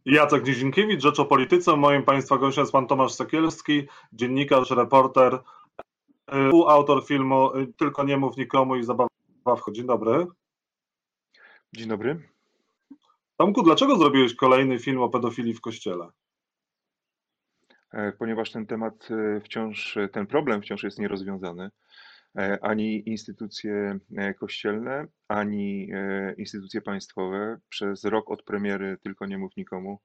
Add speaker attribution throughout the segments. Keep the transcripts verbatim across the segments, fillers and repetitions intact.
Speaker 1: Jacek Nizinkiewicz, Rzecz o Polityce. Moim Państwa gościem jest Pan Tomasz Sekielski, dziennikarz, reporter, współautor filmu Tylko nie mów nikomu i zabawa w... Dzień dobry.
Speaker 2: Dzień dobry.
Speaker 1: Tomku, dlaczego zrobiłeś kolejny film o pedofilii w Kościele?
Speaker 2: Ponieważ ten temat wciąż, ten problem wciąż jest nierozwiązany. Ani instytucje kościelne, ani instytucje państwowe przez rok od premiery Tylko nie mów nikomu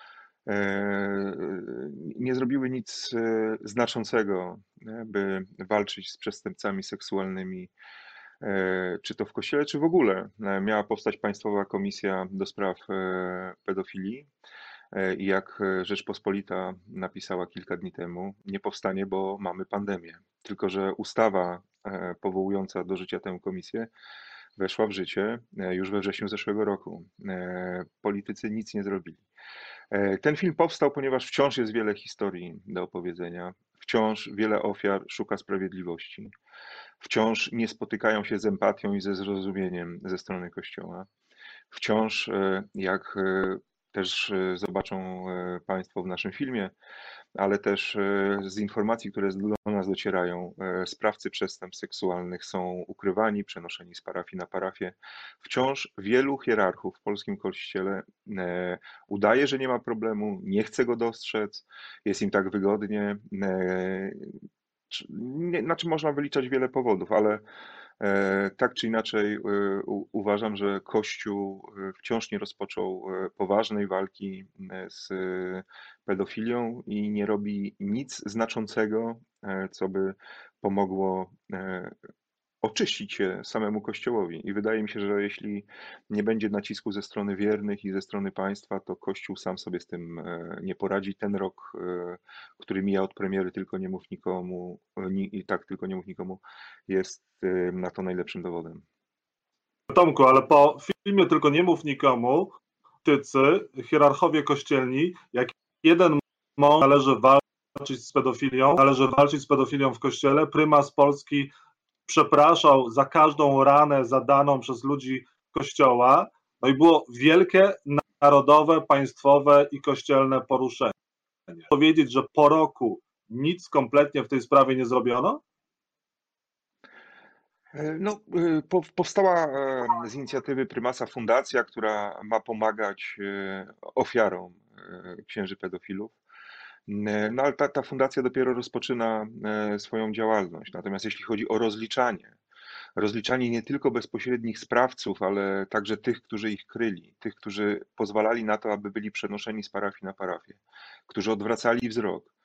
Speaker 2: nie zrobiły nic znaczącego, by walczyć z przestępcami seksualnymi, czy to w Kościele, czy w ogóle. Miała powstać Państwowa Komisja do Spraw Pedofilii i jak Rzeczpospolita napisała kilka dni temu, nie powstanie, bo mamy pandemię. Tylko że ustawa powołująca do życia tę komisję weszła w życie już we wrześniu zeszłego roku. Politycy nic nie zrobili. Ten film powstał, ponieważ wciąż jest wiele historii do opowiedzenia, wciąż wiele ofiar szuka sprawiedliwości, wciąż nie spotykają się z empatią i ze zrozumieniem ze strony Kościoła, wciąż, jak też zobaczą Państwo w naszym filmie, ale też z informacji, które do nas docierają, sprawcy przestępstw seksualnych są ukrywani, przenoszeni z parafii na parafię. Wciąż wielu hierarchów w polskim Kościele udaje, że nie ma problemu, nie chce go dostrzec, jest im tak wygodnie. Znaczy można wyliczać wiele powodów, ale tak czy inaczej uważam, że Kościół wciąż nie rozpoczął poważnej walki z pedofilią i nie robi nic znaczącego, co by pomogło oczyścić się samemu Kościołowi. I wydaje mi się, że jeśli nie będzie nacisku ze strony wiernych i ze strony państwa, to Kościół sam sobie z tym nie poradzi. Ten rok, który mija od premiery Tylko nie mów nikomu, i tak Tylko nie mów nikomu, jest na to najlepszym dowodem.
Speaker 1: Tomku, ale po filmie Tylko nie mów nikomu, tycy, hierarchowie kościelni, jak jeden mąż należy walczyć z pedofilią, należy walczyć z pedofilią w Kościele, prymas Polski przepraszał za każdą ranę zadaną przez ludzi Kościoła, no i było wielkie, narodowe, państwowe i kościelne poruszenie. Powiedzieć, że po roku nic kompletnie w tej sprawie nie zrobiono?
Speaker 2: No, powstała z inicjatywy prymasa fundacja, która ma pomagać ofiarom księży pedofilów. No ale ta, ta fundacja dopiero rozpoczyna swoją działalność. Natomiast jeśli chodzi o rozliczanie, rozliczanie nie tylko bezpośrednich sprawców, ale także tych, którzy ich kryli, tych, którzy pozwalali na to, aby byli przenoszeni z parafii na parafię, którzy odwracali wzrok,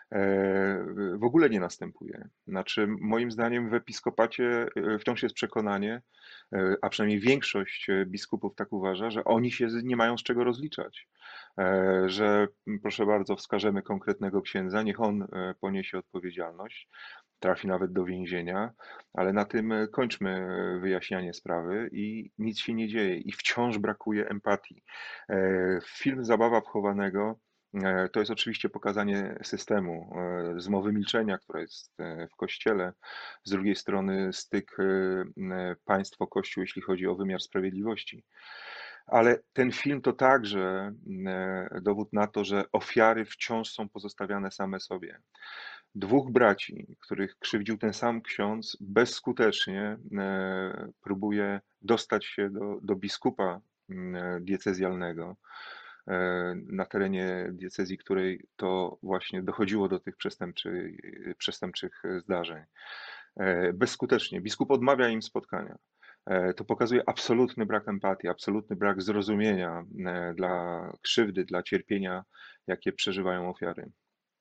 Speaker 2: w ogóle nie następuje. Znaczy, moim zdaniem w episkopacie wciąż jest przekonanie, a przynajmniej większość biskupów tak uważa, że oni się nie mają z czego rozliczać, że proszę bardzo, wskażemy konkretnego księdza, niech on poniesie odpowiedzialność, trafi nawet do więzienia, ale na tym kończmy wyjaśnianie sprawy i nic się nie dzieje i wciąż brakuje empatii. Film Zabawa wchowanego to jest oczywiście pokazanie systemu, zmowy milczenia, która jest w Kościele, z drugiej strony styk państwo-Kościół, jeśli chodzi o wymiar sprawiedliwości. Ale ten film to także dowód na to, że ofiary wciąż są pozostawiane same sobie. Dwóch braci, których krzywdził ten sam ksiądz, bezskutecznie próbuje dostać się do, do biskupa diecezjalnego na terenie diecezji, której to właśnie dochodziło do tych przestępczych, przestępczych zdarzeń. Bezskutecznie. Biskup odmawia im spotkania. To pokazuje absolutny brak empatii, absolutny brak zrozumienia dla krzywdy, dla cierpienia, jakie przeżywają ofiary.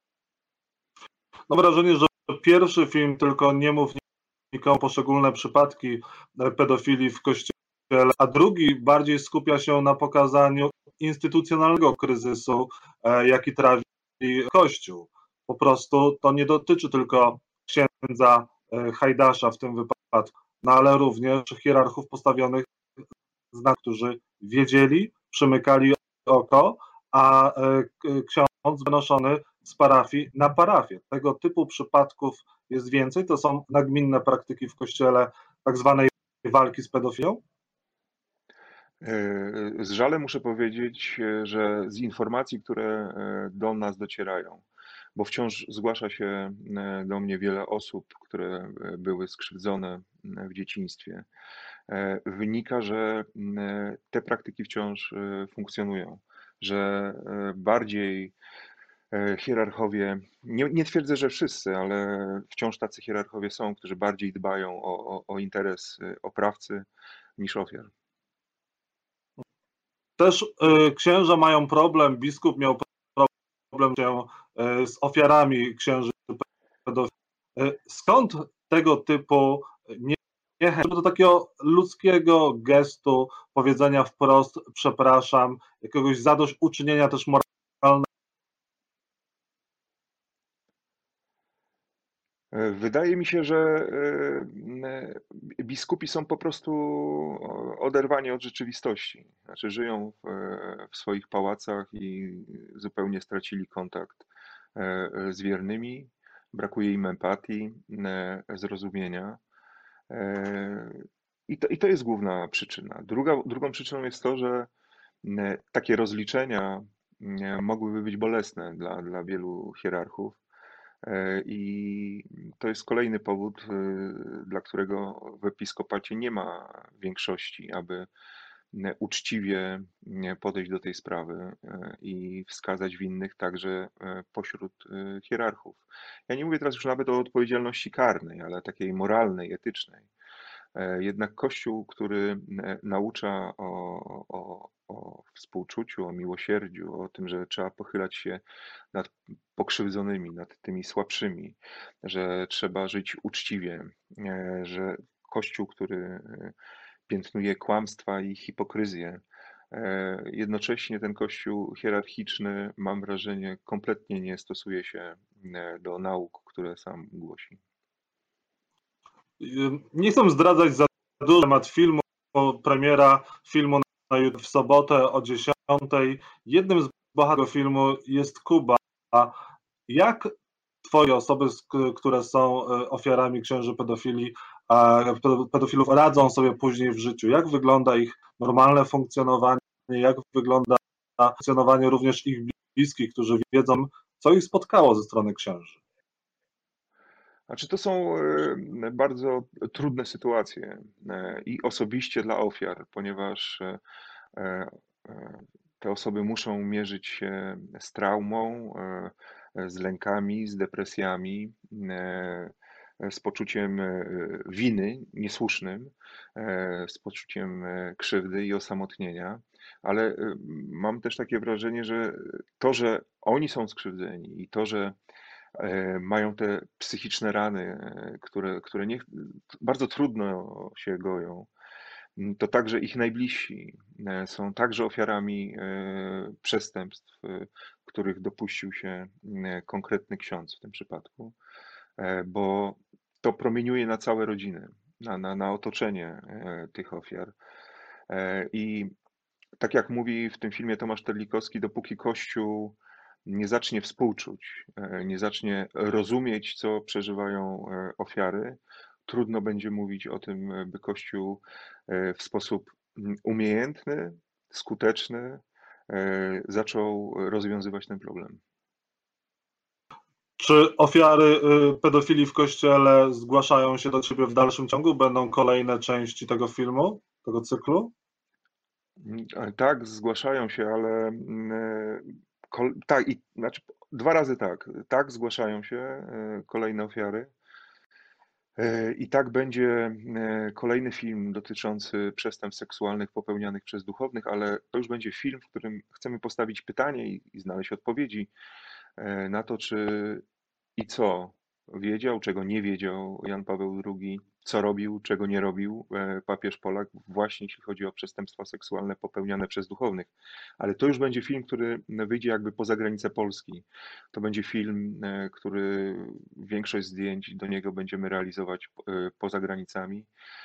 Speaker 1: Mam wrażenie, że pierwszy film Tylko nie mów nikomu, poszczególne przypadki pedofilii w Kościele, a drugi bardziej skupia się na pokazaniu instytucjonalnego kryzysu, jaki trawi Kościół. Po prostu to nie dotyczy tylko księdza Hajdasza w tym wypadku, no ale również hierarchów postawionych, którzy wiedzieli, przymykali oko, a ksiądz wynoszony z parafii na parafię. Tego typu przypadków jest więcej, to są nagminne praktyki w Kościele tak zwanej walki z pedofilią?
Speaker 2: E, Z żalem muszę powiedzieć, e, że z informacji, które e, do nas docierają, bo wciąż zgłasza się e, do mnie wiele osób, które e, były skrzywdzone e, w dzieciństwie, e, wynika, że e, te praktyki wciąż e, funkcjonują, że e, bardziej e, hierarchowie, nie, nie twierdzę, że wszyscy, ale wciąż tacy hierarchowie są, którzy bardziej dbają o, o, o interes e, oprawcy niż ofiar.
Speaker 1: Też y, księża mają problem, biskup miał problem się y, z ofiarami księży pedofilii. Y, Skąd tego typu nie- niechęć do takiego ludzkiego gestu, powiedzenia wprost przepraszam, jakiegoś zadośćuczynienia też moralnego?
Speaker 2: E, Wydaje mi się, że e, biskupi są po prostu oderwani od rzeczywistości. Znaczy żyją w, w swoich pałacach i zupełnie stracili kontakt e, z wiernymi. Brakuje im empatii, e, zrozumienia. E, I to, I to jest główna przyczyna. Druga, drugą przyczyną jest to, że e, takie rozliczenia e, mogłyby być bolesne dla, dla wielu hierarchów. E, I to jest kolejny powód, e, dla którego w episkopacie nie ma większości, aby e, uczciwie e, podejść do tej sprawy e, i wskazać winnych także e, pośród e, hierarchów. Ja nie mówię teraz już nawet o odpowiedzialności karnej, ale takiej moralnej, etycznej. E, Jednak Kościół, który e, naucza o, o, o współczuciu, o miłosierdziu, o tym, że trzeba pochylać się nad pokrzywdzonymi, nad tymi słabszymi, że trzeba żyć uczciwie, e, że Kościół, który e, piętnuje kłamstwa i hipokryzję, e, jednocześnie ten Kościół hierarchiczny, mam wrażenie, kompletnie nie stosuje się e, do nauk, które sam głosi.
Speaker 1: Nie chcę zdradzać za dużo na temat filmu, bo premiera filmu na jutro w sobotę o dziesiątej. Jednym z bohaterów filmu jest Kuba. Jak twoje osoby, które są ofiarami księży pedofilii, pedofilów, radzą sobie później w życiu? Jak wygląda ich normalne funkcjonowanie? Jak wygląda funkcjonowanie również ich bliskich, którzy wiedzą, co ich spotkało ze strony księży?
Speaker 2: Znaczy, to są e, bardzo trudne sytuacje e, i osobiście dla ofiar, ponieważ e, e, e, te osoby muszą mierzyć się z traumą, e, z lękami, z depresjami, e, z poczuciem e, winy niesłusznym, e, z poczuciem e, krzywdy i osamotnienia. Ale e, mam też takie wrażenie, że to, że oni są skrzywdzeni i to, że e, mają te psychiczne rany, e, które, które nie, bardzo trudno się goją. Mm, To także ich najbliżsi e, są także ofiarami e, przestępstw, e, których dopuścił się e, konkretny ksiądz w tym przypadku, e, bo to promieniuje na całe rodziny, na, na, na otoczenie e, tych ofiar. E, I tak jak mówi w tym filmie Tomasz Terlikowski, dopóki Kościół nie zacznie współczuć, e, nie zacznie rozumieć, co przeżywają e, ofiary, trudno będzie mówić o tym, e, by Kościół e, w sposób mm, umiejętny, skuteczny e, zaczął rozwiązywać ten problem.
Speaker 1: Czy ofiary y, pedofilii w kościele zgłaszają się do ciebie w dalszym ciągu? Będą kolejne części tego filmu, tego cyklu?
Speaker 2: Mm, a Tak, zgłaszają się, ale mm, e, kol- tak, i znaczy dwa razy tak. Tak, zgłaszają się e, kolejne ofiary. E, I tak będzie e, kolejny film dotyczący przestępstw seksualnych popełnianych przez duchownych, ale to już będzie film, w którym chcemy postawić pytanie i, i znaleźć odpowiedzi e, na to, czy i co wiedział, czego nie wiedział Jan Paweł drugi, co robił, czego nie robił e, papież Polak, właśnie jeśli chodzi o przestępstwa seksualne popełniane przez duchownych. Ale to już będzie film, który wyjdzie jakby poza granice Polski. To będzie film, e, który większość zdjęć do niego będziemy realizować e, poza granicami.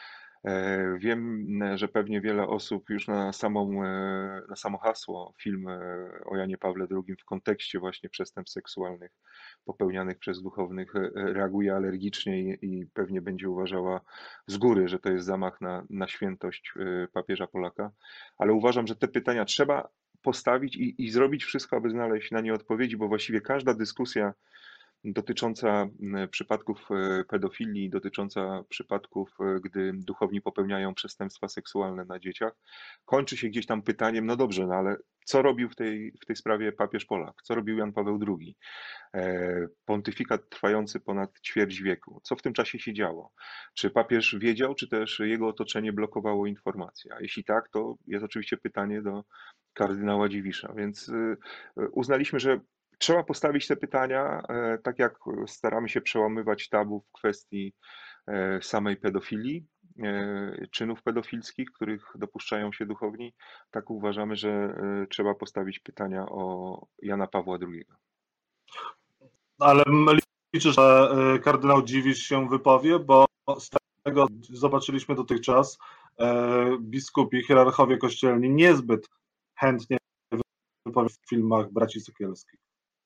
Speaker 2: E, Wiem, że pewnie wiele osób już na samą, e, na samo hasło film e, o Janie Pawle drugi w kontekście właśnie przestępstw seksualnych popełnianych przez duchownych e, reaguje alergicznie i, i pewnie będzie uważała z góry, że to jest zamach na, na świętość e, papieża Polaka. Ale uważam, że te pytania trzeba postawić i, i zrobić wszystko, aby znaleźć na nie odpowiedzi, bo właściwie każda dyskusja dotycząca mm, przypadków e, pedofilii, dotycząca przypadków, e, gdy duchowni popełniają przestępstwa seksualne na dzieciach, kończy się gdzieś tam pytaniem, no dobrze, no ale co robił w tej, w tej sprawie papież Polak? Co robił Jan Paweł drugi? E, Pontyfikat trwający ponad ćwierć wieku. Co w tym czasie się działo? Czy papież wiedział, czy też jego otoczenie blokowało informacje? A jeśli tak, to jest oczywiście pytanie do kardynała Dziwisza. Więc y, y, uznaliśmy, że trzeba postawić te pytania, e, tak jak staramy się przełamywać tabu w kwestii e, samej pedofilii, e, czynów pedofilskich, których dopuszczają się duchowni, tak uważamy, że e, trzeba postawić pytania o Jana Pawła drugiego.
Speaker 1: Ale liczysz, że y, kardynał Dziwisz się wypowie, bo z tego zobaczyliśmy dotychczas, e, biskupi, hierarchowie kościelni niezbyt chętnie wypowiadają w filmach braci Sekielskich.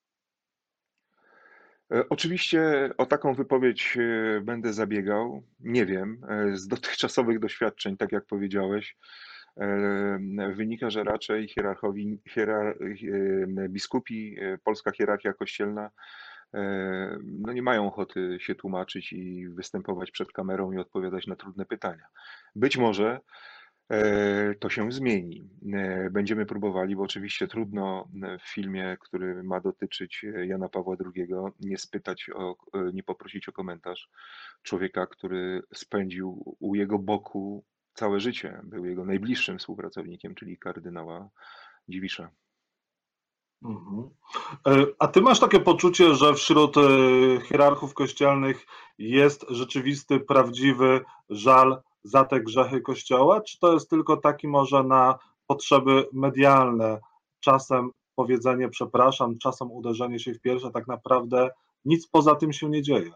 Speaker 2: E, Oczywiście o taką wypowiedź e, będę zabiegał. Nie wiem, e, z dotychczasowych doświadczeń, tak jak powiedziałeś, e, wynika, że raczej hierarchowi, hierar, e, biskupi, e, polska hierarchia kościelna, e, no nie mają ochoty się tłumaczyć i występować przed kamerą i odpowiadać na trudne pytania. Być może E, to się zmieni. E, Będziemy próbowali, bo oczywiście trudno e, w filmie, który ma dotyczyć e, Jana Pawła drugiego, nie spytać o, e, nie poprosić o komentarz człowieka, który spędził u jego boku całe życie, był jego najbliższym współpracownikiem, czyli kardynała Dziwisza.
Speaker 1: Mhm. E, A ty masz takie poczucie, że wśród e, hierarchów kościelnych jest rzeczywisty, prawdziwy żal za te grzechy Kościoła, czy to jest tylko taki może na potrzeby medialne, czasem powiedzenie przepraszam, czasem uderzenie się w pierś, a tak naprawdę nic poza tym się nie dzieje?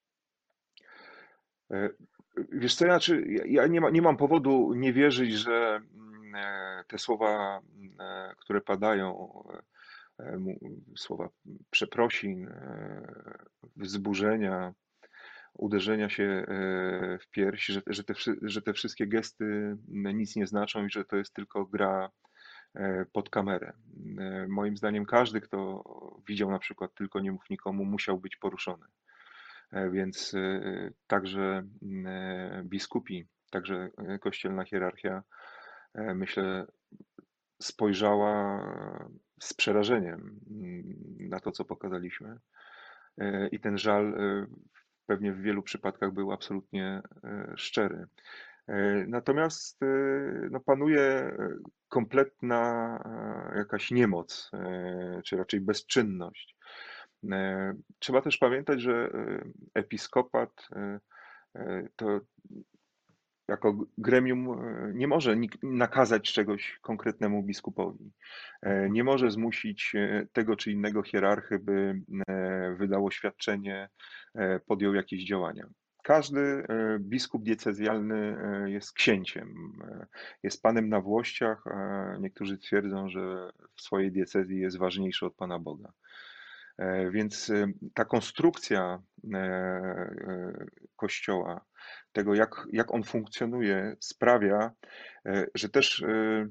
Speaker 2: E, Wiesz co, ja, czy, ja ja nie, ma, nie mam powodu nie wierzyć, że mm, e, te słowa, mm, e, które padają, e, mu- słowa przeprosin, e, wzburzenia, uderzenia się e, w pierś, że, że, te, wszy- że te wszystkie gesty mm, nic nie znaczą i że to jest tylko gra e, pod kamerę. E, Moim zdaniem każdy, kto widział na przykład Tylko nie mów nikomu, musiał być poruszony. E, Więc e, także mm, e, biskupi, także e, kościelna hierarchia, e, myślę, spojrzała z przerażeniem mm, na to, co pokazaliśmy. E, I ten żal e, pewnie w wielu przypadkach był absolutnie e, szczery. E, Natomiast e, no, panuje e, kompletna e, jakaś niemoc, e, czy raczej bezczynność. E, Trzeba też pamiętać, że e, episkopat e, e, to jako gremium e, nie może nik- nakazać czegoś konkretnemu biskupowi. E, Nie może zmusić e, tego czy innego hierarchy, by e, wydało świadczenie, e, podjął jakieś działania. Każdy e, biskup diecezjalny e, jest księciem, e, jest panem na włościach, a niektórzy twierdzą, że w swojej diecezji jest ważniejszy od Pana Boga. E, Więc e, ta konstrukcja e, e, Kościoła, tego jak, jak on funkcjonuje, sprawia, e, że też e,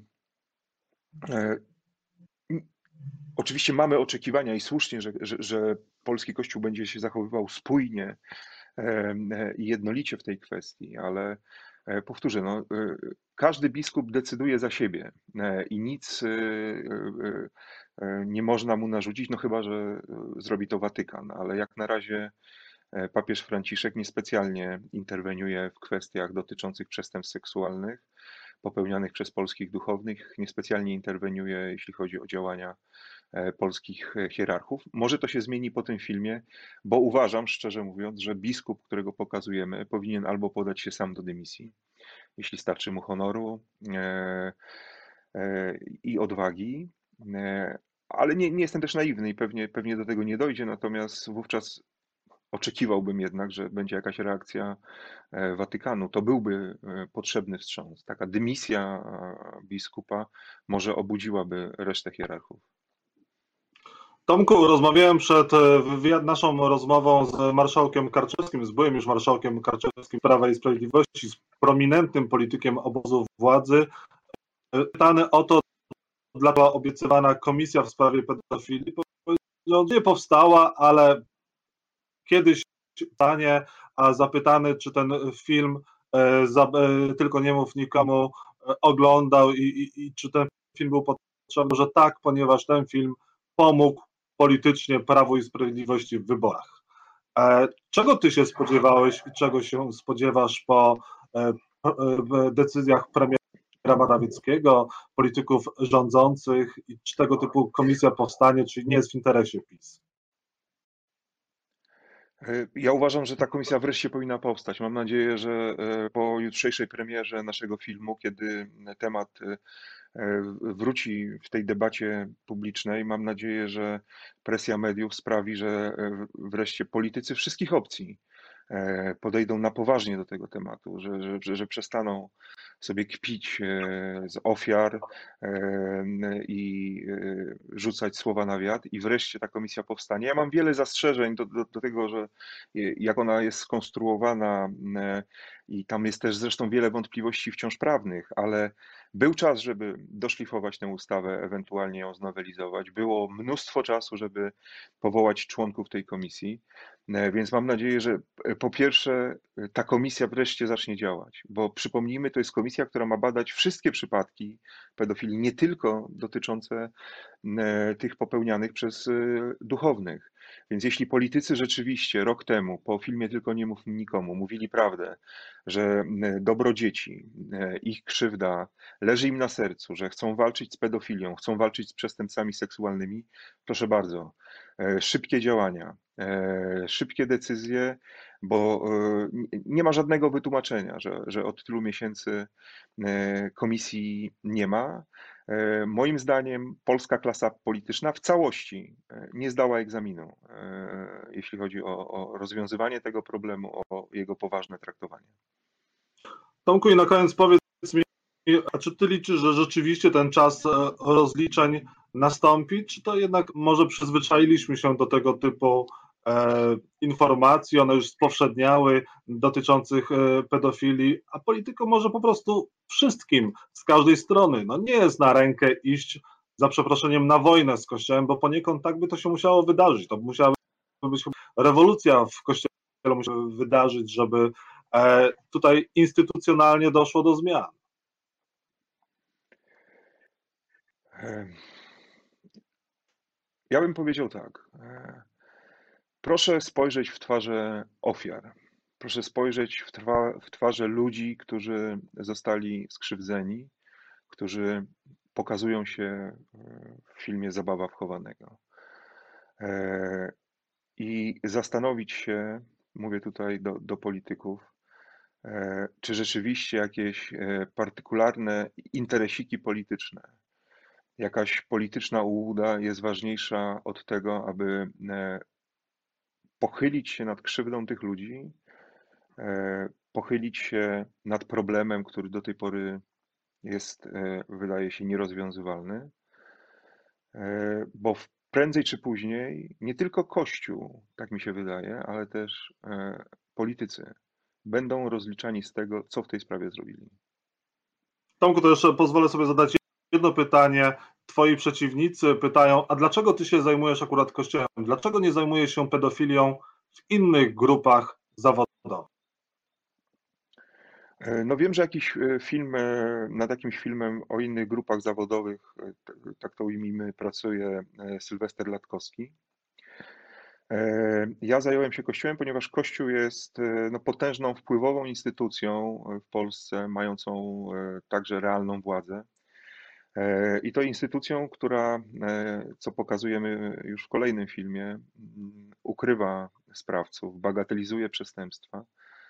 Speaker 2: e, m- oczywiście mamy oczekiwania i słusznie, że, że, że polski Kościół będzie się zachowywał spójnie e, e, i jednolicie w tej kwestii, ale e, powtórzę, no, e, każdy biskup decyduje za siebie e, i nic e, e, e, nie można mu narzucić, no chyba, że e, zrobi to Watykan, ale jak na razie e, papież Franciszek niespecjalnie interweniuje w kwestiach dotyczących przestępstw seksualnych popełnianych przez polskich duchownych, niespecjalnie interweniuje, jeśli chodzi o działania e, polskich e, hierarchów. Może to się zmieni po tym filmie, bo uważam, szczerze mówiąc, że biskup, którego pokazujemy, powinien albo podać się sam do dymisji, jeśli starczy mu honoru e, e, i odwagi, e, ale nie, nie jestem też naiwny i pewnie, pewnie do tego nie dojdzie, natomiast wówczas oczekiwałbym jednak, że będzie jakaś reakcja Watykanu. To byłby potrzebny wstrząs. Taka dymisja biskupa może obudziłaby resztę hierarchów.
Speaker 1: Tomku, rozmawiałem przed wywiad, naszą rozmową z marszałkiem Karczewskim, z byłym już marszałkiem Karczewskim Prawa i Sprawiedliwości, z prominentnym politykiem obozu władzy. Pytany o to, dlaczego obiecywana komisja w sprawie pedofilii, powiedział, że nie powstała, ale kiedyś stanie, a zapytany, czy ten film e, za, e, Tylko nie mów nikomu e, oglądał i, i, i czy ten film był potrzebny, że tak, ponieważ ten film pomógł politycznie Prawu i Sprawiedliwości w wyborach. E, czego ty się spodziewałeś i czego się spodziewasz po e, e, decyzjach premiera Morawieckiego, polityków rządzących i czy tego typu komisja powstanie, czy nie jest w interesie PiS?
Speaker 2: Ja uważam, że ta komisja wreszcie powinna powstać. Mam nadzieję, że po jutrzejszej premierze naszego filmu, kiedy temat wróci w tej debacie publicznej, mam nadzieję, że presja mediów sprawi, że wreszcie politycy wszystkich opcji podejdą na poważnie do tego tematu, że, że, że przestaną sobie kpić z ofiar i rzucać słowa na wiatr i wreszcie ta komisja powstanie. Ja mam wiele zastrzeżeń do, do, do tego, że jak ona jest skonstruowana i tam jest też zresztą wiele wątpliwości wciąż prawnych, ale był czas, żeby doszlifować tę ustawę, ewentualnie ją znowelizować. Było mnóstwo czasu, żeby powołać członków tej komisji, więc mam nadzieję, że po pierwsze ta komisja wreszcie zacznie działać, bo przypomnijmy, to jest komisja, która ma badać wszystkie przypadki pedofilii, nie tylko dotyczące tych popełnianych przez duchownych. Więc jeśli politycy rzeczywiście rok temu po filmie Tylko nie mów nikomu mówili prawdę, że dobro dzieci, ich krzywda leży im na sercu, że chcą walczyć z pedofilią, chcą walczyć z przestępcami seksualnymi, proszę bardzo, szybkie działania, szybkie decyzje, bo nie ma żadnego wytłumaczenia, że, że od tylu miesięcy komisji nie ma. Moim zdaniem polska klasa polityczna w całości nie zdała egzaminu, jeśli chodzi o, o rozwiązywanie tego problemu, o jego poważne traktowanie.
Speaker 1: Tomku, i na koniec powiedz mi, a czy ty liczysz, że rzeczywiście ten czas rozliczeń nastąpi, czy to jednak może przyzwyczailiśmy się do tego typu e, informacji, one już spowszedniały dotyczących e, pedofilii, a politykom może po prostu wszystkim z każdej strony. No nie jest na rękę iść za przeproszeniem na wojnę z Kościołem, bo poniekąd tak by to się musiało wydarzyć. To musiała być rewolucja w Kościele, musiała wydarzyć, żeby e, tutaj instytucjonalnie doszło do zmian.
Speaker 2: Ja bym powiedział tak. Proszę spojrzeć w twarze ofiar. Proszę spojrzeć w, trwa, w twarze ludzi, którzy zostali skrzywdzeni, którzy pokazują się w filmie Zabawa wchowanego. I zastanowić się, mówię tutaj do, do polityków, czy rzeczywiście jakieś partykularne interesiki polityczne, jakaś polityczna ułuda jest ważniejsza od tego, aby pochylić się nad krzywdą tych ludzi, pochylić się nad problemem, który do tej pory jest, wydaje się, nierozwiązywalny, bo prędzej czy później nie tylko Kościół, tak mi się wydaje, ale też politycy będą rozliczani z tego, co w tej sprawie zrobili.
Speaker 1: Tomku, to jeszcze pozwolę sobie zadać jedno pytanie. Twoi przeciwnicy pytają, a dlaczego ty się zajmujesz akurat Kościołem? Dlaczego nie zajmujesz się pedofilią w innych grupach zawodowych?
Speaker 2: No wiem, że jakiś film, nad jakimś filmem o innych grupach zawodowych, tak to ujmijmy, pracuje Sylwester Latkowski. Ja zająłem się Kościołem, ponieważ Kościół jest no, potężną, wpływową instytucją w Polsce, mającą także realną władzę. I to instytucją, która, co pokazujemy już w kolejnym filmie, ukrywa sprawców, bagatelizuje przestępstwa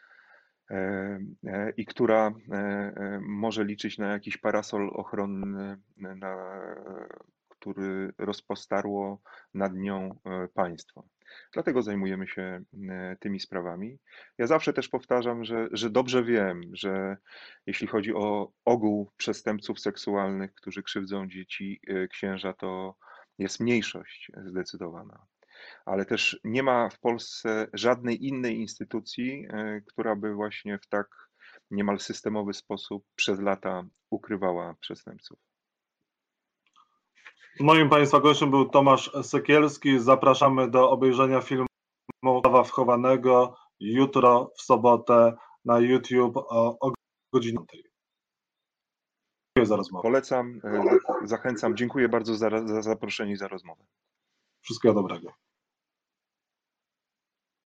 Speaker 2: i która może liczyć na jakiś parasol ochronny, na, który rozpostarło nad nią państwo. Dlatego zajmujemy się tymi sprawami. Ja zawsze też powtarzam, że, że dobrze wiem, że jeśli chodzi o ogół przestępców seksualnych, którzy krzywdzą dzieci, księża, to jest mniejszość zdecydowana. Ale też nie ma w Polsce żadnej innej instytucji, która by właśnie w tak niemal systemowy sposób przez lata ukrywała przestępców.
Speaker 1: Moim Państwa gościem był Tomasz Sekielski. Zapraszamy do obejrzenia filmu Prawa Wchowanego jutro w sobotę na YouTube o, o godzinie dziewiątej. Dziękuję za rozmowę.
Speaker 2: Polecam, zachęcam. Dziękuję bardzo za, za zaproszenie i za rozmowę.
Speaker 1: Wszystkiego dobrego.